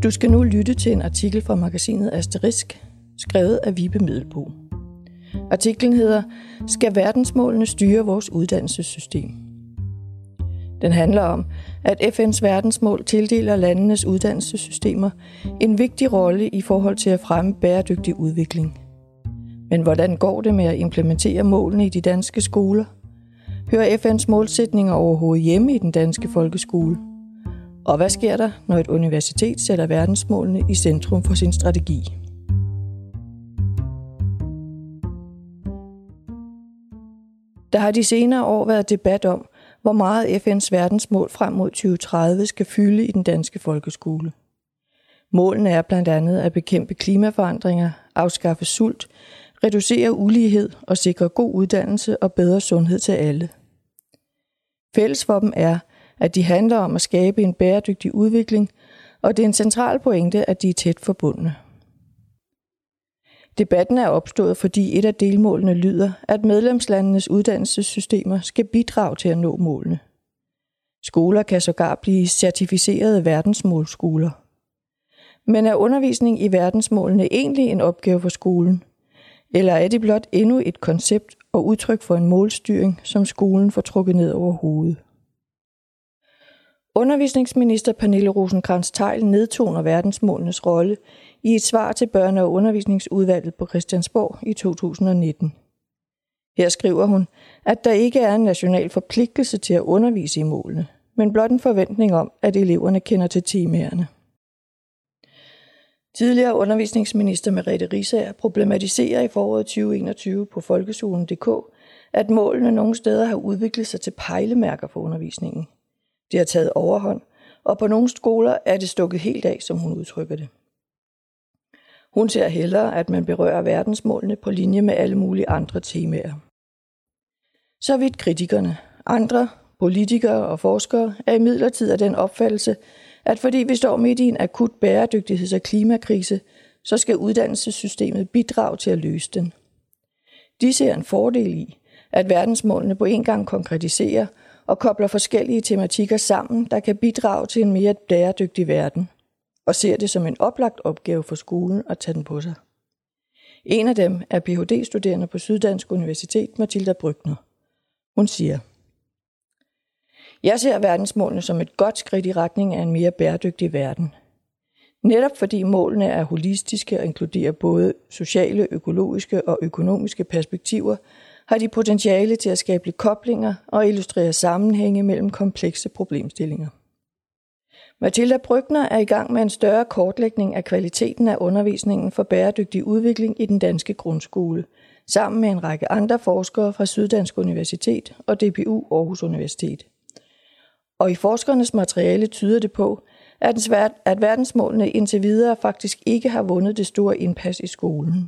Du skal nu lytte til en artikel fra magasinet Asterisk, skrevet af Vibe Middelbo. Artiklen hedder "Skal verdensmålene styre vores uddannelsessystem?" Den handler om, at FN's verdensmål tildeler landenes uddannelsessystemer en vigtig rolle i forhold til at fremme bæredygtig udvikling. Men hvordan går det med at implementere målene i de danske skoler? Hører FN's målsætninger overhovedet hjemme i den danske folkeskole? Og hvad sker der, når et universitet sætter verdensmålene i centrum for sin strategi? Der har de senere år været debat om, hvor meget FN's verdensmål frem mod 2030 skal fylde i den danske folkeskole. Målene er blandt andet at bekæmpe klimaforandringer, afskaffe sult, reducere ulighed og sikre god uddannelse og bedre sundhed til alle. Fælles for dem er, at de handler om at skabe en bæredygtig udvikling, og det er en central pointe, at de er tæt forbundne. Debatten er opstået, fordi et af delmålene lyder, at medlemslandenes uddannelsessystemer skal bidrage til at nå målene. Skoler kan sågar blive certificerede verdensmålsskoler. Men er undervisning i verdensmålene egentlig en opgave for skolen? Eller er det blot endnu et koncept og udtryk for en målstyring, som skolen får trukket ned over hovedet? Undervisningsminister Pernille Rosenkrantz-Theil nedtoner verdensmålenes rolle i et svar til Børne- og Undervisningsudvalget på Christiansborg i 2019. Her skriver hun, at der ikke er en national forpligtelse til at undervise i målene, men blot en forventning om, at eleverne kender til temaerne. Tidligere undervisningsminister Merete Riisager problematiserer i foråret 2021 på folkeskolen.dk, at målene nogle steder har udviklet sig til pejlemærker for undervisningen. Det har taget overhånd, og på nogle skoler er det stukket helt af, som hun udtrykker det. Hun ser hellere, at man berører verdensmålene på linje med alle mulige andre temaer. Så vidt kritikerne. Andre, politikere og forskere er imidlertid af den opfattelse, at fordi vi står midt i en akut bæredygtigheds- og klimakrise, så skal uddannelsessystemet bidrage til at løse den. De ser en fordel i, at verdensmålene på en gang konkretiserer og kobler forskellige tematikker sammen, der kan bidrage til en mere bæredygtig verden, og ser det som en oplagt opgave for skolen at tage den på sig. En af dem er Ph.D.-studerende på Syddansk Universitet, Mathilda Brückner. Hun siger: "Jeg ser verdensmålene som et godt skridt i retning af en mere bæredygtig verden. Netop fordi målene er holistiske og inkluderer både sociale, økologiske og økonomiske perspektiver, har de potentiale til at skabe koblinger og illustrere sammenhænge mellem komplekse problemstillinger." Mathilda Brückner er i gang med en større kortlægning af kvaliteten af undervisningen for bæredygtig udvikling i den danske grundskole, sammen med en række andre forskere fra Syddansk Universitet og DPU Aarhus Universitet. Og i forskernes materiale tyder det på, at verdensmålene indtil videre faktisk ikke har vundet det store indpas i skolen.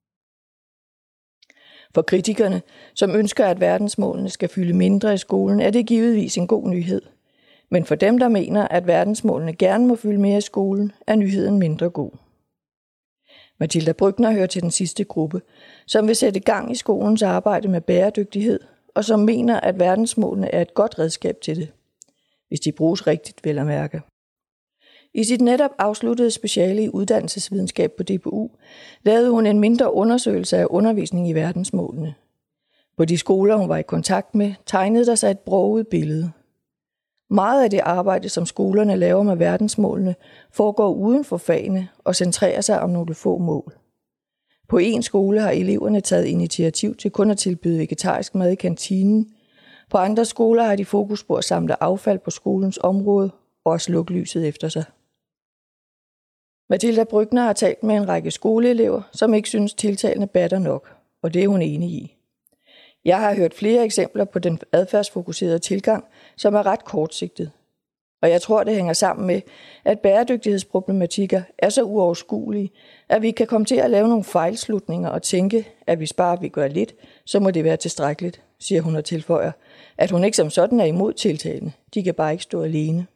For kritikerne, som ønsker, at verdensmålene skal fylde mindre i skolen, er det givetvis en god nyhed. Men for dem, der mener, at verdensmålene gerne må fylde mere i skolen, er nyheden mindre god. Mathilda Brückner hører til den sidste gruppe, som vil sætte gang i skolens arbejde med bæredygtighed, og som mener, at verdensmålene er et godt redskab til det, hvis de bruges rigtigt, vel at mærke. I sit netop afsluttede speciale i uddannelsesvidenskab på DPU lavede hun en mindre undersøgelse af undervisning i verdensmålene. På de skoler, hun var i kontakt med, tegnede der sig et broget billede. Meget af det arbejde, som skolerne laver med verdensmålene, foregår uden for fagene og centrerer sig om nogle få mål. På en skole har eleverne taget initiativ til kun at tilbyde vegetarisk mad i kantinen. På andre skoler har de fokus på at samle affald på skolens område og at slukke lyset efter sig. Mathilda Brückner har talt med en række skoleelever, som ikke synes tiltagene batter nok, og det er hun enig i. Jeg har hørt flere eksempler på den adfærdsfokuserede tilgang, som er ret kortsigtet. Og jeg tror, det hænger sammen med, at bæredygtighedsproblematikker er så uoverskuelige, at vi kan komme til at lave nogle fejlslutninger og tænke, at hvis bare vi gør lidt, så må det være tilstrækkeligt, siger hun og tilføjer, at hun ikke som sådan er imod tiltagene. De kan bare ikke stå alene.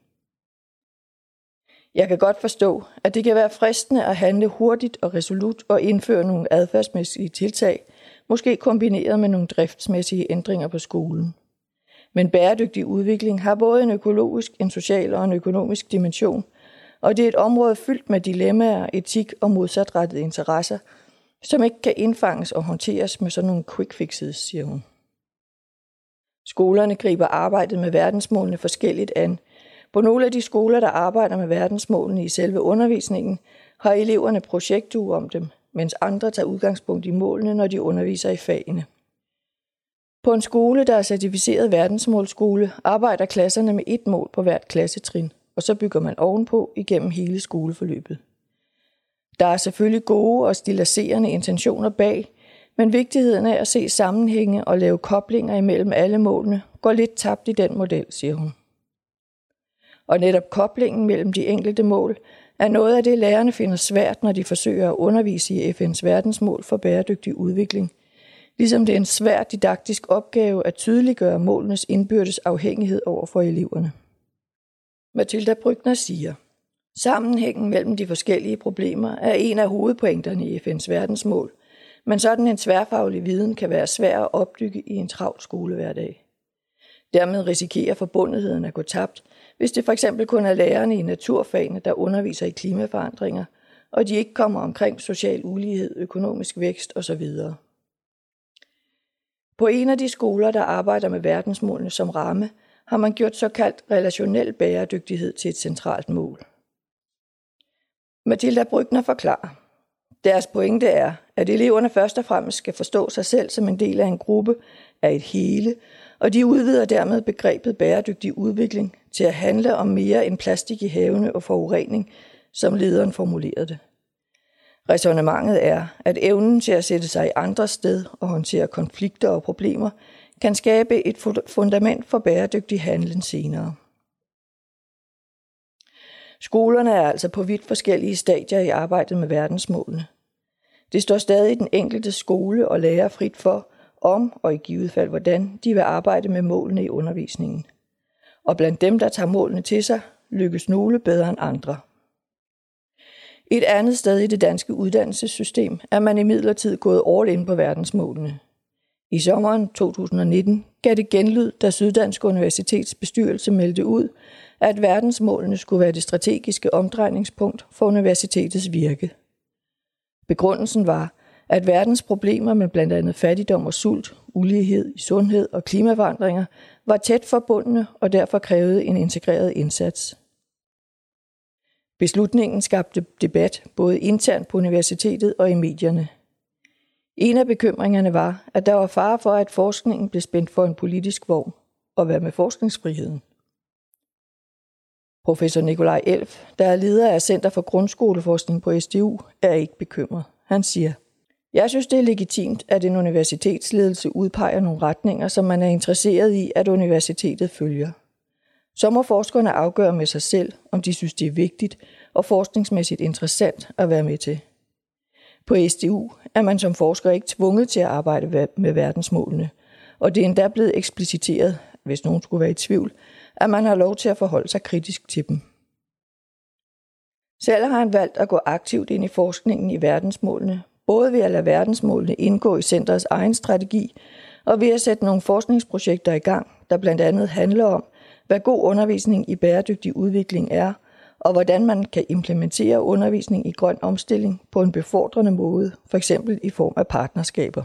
Jeg kan godt forstå, at det kan være fristende at handle hurtigt og resolut og indføre nogle adfærdsmæssige tiltag, måske kombineret med nogle driftsmæssige ændringer på skolen. Men bæredygtig udvikling har både en økologisk, en social og en økonomisk dimension, og det er et område fyldt med dilemmaer, etik og modsatrettede interesser, som ikke kan indfanges og håndteres med sådan nogle quick fixes, siger hun. Skolerne griber arbejdet med verdensmålene forskelligt an. På nogle af de skoler, der arbejder med verdensmålene i selve undervisningen, har eleverne projektuge om dem, mens andre tager udgangspunkt i målene, når de underviser i fagene. På en skole, der er certificeret verdensmålsskole, arbejder klasserne med et mål på hvert klassetrin, og så bygger man ovenpå igennem hele skoleforløbet. Der er selvfølgelig gode og stillaserende intentioner bag, men vigtigheden af at se sammenhænge og lave koblinger imellem alle målene går lidt tabt i den model, siger hun. Og netop koblingen mellem de enkelte mål er noget af det, lærerne finder svært, når de forsøger at undervise i FN's verdensmål for bæredygtig udvikling, ligesom det er en svær didaktisk opgave at tydeliggøre målenes indbyrdes afhængighed over for eleverne. Mathilda Brückner siger, sammenhængen mellem de forskellige problemer er en af hovedpointerne i FN's verdensmål, men sådan en tværfaglig viden kan være svær at opbygge i en travl skolehverdag. Dermed risikerer forbundetheden at gå tabt, hvis det for eksempel kun er lærerne i naturfagene, der underviser i klimaforandringer, og de ikke kommer omkring social ulighed, økonomisk vækst osv. På en af de skoler, der arbejder med verdensmålene som ramme, har man gjort såkaldt relationel bæredygtighed til et centralt mål. Mathilda Brückner forklarer, deres pointe er, at eleverne først og fremmest skal forstå sig selv som en del af en gruppe af et hele, og de udvider dermed begrebet bæredygtig udvikling til at handle om mere end plastik i havene og forurening, som lederen formulerede det. Ræsonnementet er, at evnen til at sætte sig i andres sted og håndtere konflikter og problemer kan skabe et fundament for bæredygtig handling senere. Skolerne er altså på vidt forskellige stadier i arbejdet med verdensmålene. Det står stadig den enkelte skole og lærer frit for, om og i givet fald hvordan de vil arbejde med målene i undervisningen. Og blandt dem, der tager målene til sig, lykkes nogle bedre end andre. Et andet sted i det danske uddannelsessystem er man imidlertid gået all in på verdensmålene. I sommeren 2019 gav det genlyd, da Syddansk Universitets bestyrelse meldte ud, at verdensmålene skulle være det strategiske omdrejningspunkt for universitetets virke. Begrundelsen var, at verdens problemer med blandt andet fattigdom og sult, ulighed i sundhed og klimaforandringer var tæt forbundne og derfor krævede en integreret indsats. Beslutningen skabte debat både internt på universitetet og i medierne. En af bekymringerne var, at der var fare for, at forskningen blev spændt for en politisk vogn, og hvad med forskningsfriheden? Professor Nikolaj Elf, der er leder af Center for Grundskoleforskning på SDU, er ikke bekymret. Han siger, jeg synes, det er legitimt, at en universitetsledelse udpeger nogle retninger, som man er interesseret i, at universitetet følger. Så må forskerne afgøre med sig selv, om de synes, det er vigtigt og forskningsmæssigt interessant at være med til. På SDU er man som forsker ikke tvunget til at arbejde med verdensmålene, og det er endda blevet ekspliciteret, hvis nogen skulle være i tvivl, at man har lov til at forholde sig kritisk til dem. Selv har han valgt at gå aktivt ind i forskningen i verdensmålene, både ved at lade verdensmålene indgå i centerets egen strategi, og ved at sætte nogle forskningsprojekter i gang, der blandt andet handler om, hvad god undervisning i bæredygtig udvikling er, og hvordan man kan implementere undervisning i grøn omstilling på en befordrende måde, f.eks. i form af partnerskaber.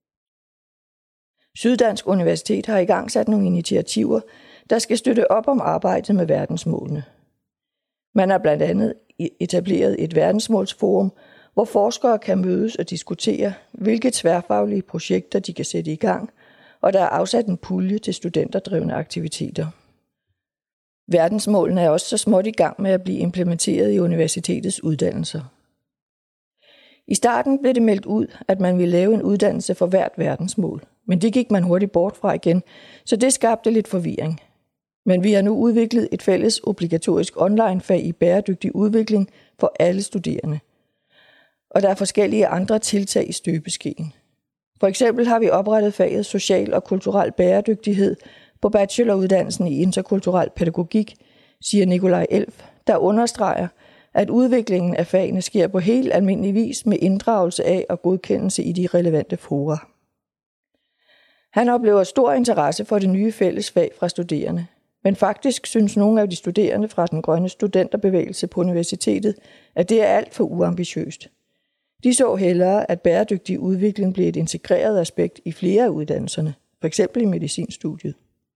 Syddansk Universitet har igangsat nogle initiativer, der skal støtte op om arbejdet med verdensmålene. Man har blandt andet etableret et verdensmålsforum, hvor forskere kan mødes og diskutere, hvilke tværfaglige projekter de kan sætte i gang, og der er afsat en pulje til studenterdrevne aktiviteter. Verdensmålene er også så småt i gang med at blive implementeret i universitetets uddannelser. I starten blev det meldt ud, at man ville lave en uddannelse for hvert verdensmål, men det gik man hurtigt bort fra igen, så det skabte lidt forvirring. Men vi har nu udviklet et fælles obligatorisk online-fag i bæredygtig udvikling for alle studerende. Og der er forskellige andre tiltag i støbeskeen. For eksempel har vi oprettet faget social og kulturel bæredygtighed på bacheloruddannelsen i interkulturel pædagogik, siger Nikolaj Elf, der understreger, at udviklingen af fagene sker på helt almindelig vis med inddragelse af og godkendelse i de relevante fora. Han oplever stor interesse for det nye fællesfag fra studerende. Men faktisk synes nogle af de studerende fra den grønne studenterbevægelse på universitetet, at det er alt for uambitiøst. De så hellere, at bæredygtig udvikling blev et integreret aspekt i flere af uddannelserne, f.eks. i medicinstudiet.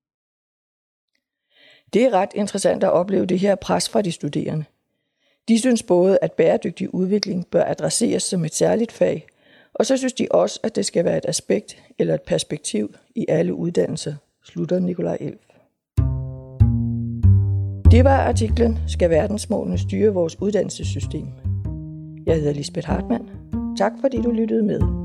Det er ret interessant at opleve det her pres fra de studerende. De synes både, at bæredygtig udvikling bør adresseres som et særligt fag, og så synes de også, at det skal være et aspekt eller et perspektiv i alle uddannelser, slutter Nikolaj Elf. Det var artiklen Skal verdensmålene styre vores uddannelsessystem? Jeg hedder Lisbeth Hartmann. Tak fordi du lyttede med.